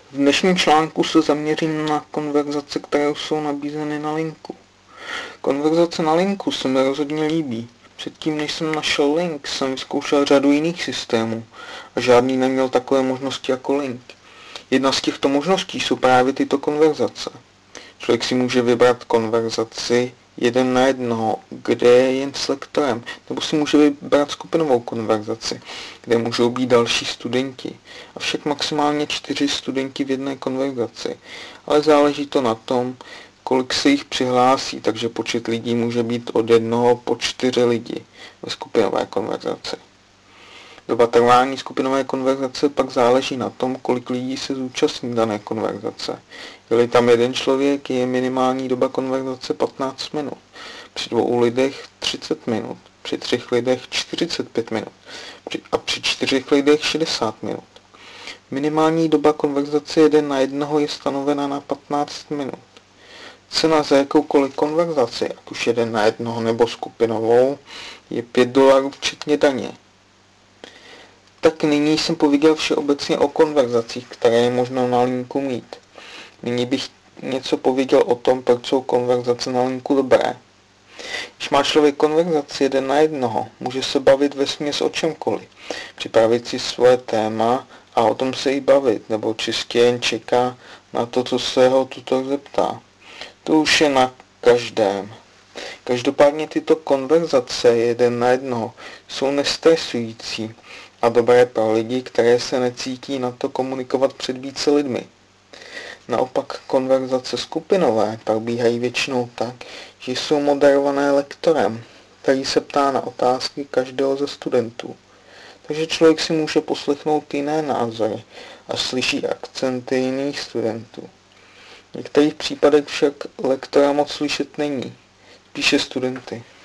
V dnešním článku se zaměřím na konverzace, které jsou nabízeny na linku. Konverzace na linku se mi rozhodně líbí. Předtím, než jsem našel link, jsem vyzkoušel řadu jiných systémů a žádný neměl takové možnosti jako link. Jedna z těchto možností jsou právě tyto konverzace. Člověk si může vybrat konverzaci 1 na 1, kde je jen s lektorem, nebo si může vybrat skupinovou konverzaci, kde můžou být další studenti, avšak maximálně 4 studenti v jedné konverzaci, ale záleží to na tom, kolik se jich přihlásí, takže počet lidí může být od 1 po 4 lidi ve skupinové konverzaci. Doba trvání skupinové konverzace pak záleží na tom, kolik lidí se zúčastní dané konverzace. Je-li tam jeden člověk, je minimální doba konverzace 15 minut, při 2 lidech 30 minut, při 3 lidech 45 minut a při 4 lidech 60 minut. Minimální doba konverzace 1 na 1 je stanovena na 15 minut. Cena za jakoukoliv konverzaci, ať už 1 na 1 nebo skupinovou, je $5 včetně daně. Tak nyní jsem pověděl všeobecně o konverzacích, které je možno na linku mít. Nyní bych něco pověděl o tom, proč jsou konverzace na linku dobré. Když má člověk konverzaci 1 na 1, může se bavit vesměs o čemkoliv, připravit si svoje téma a o tom se i bavit, nebo čistě jen čeká na to, co se ho tutor zeptá. To už je na každém. Každopádně tyto konverzace 1 na 1 jsou nestresující a dobré pro lidi, které se necítí na to komunikovat před více lidmi. Naopak konverzace skupinové probíhají většinou tak, že jsou moderované lektorem, který se ptá na otázky každého ze studentů. Takže člověk si může poslechnout jiné názory a slyší akcenty jiných studentů. V některých případech však lektora moc slyšet není, spíše studenty.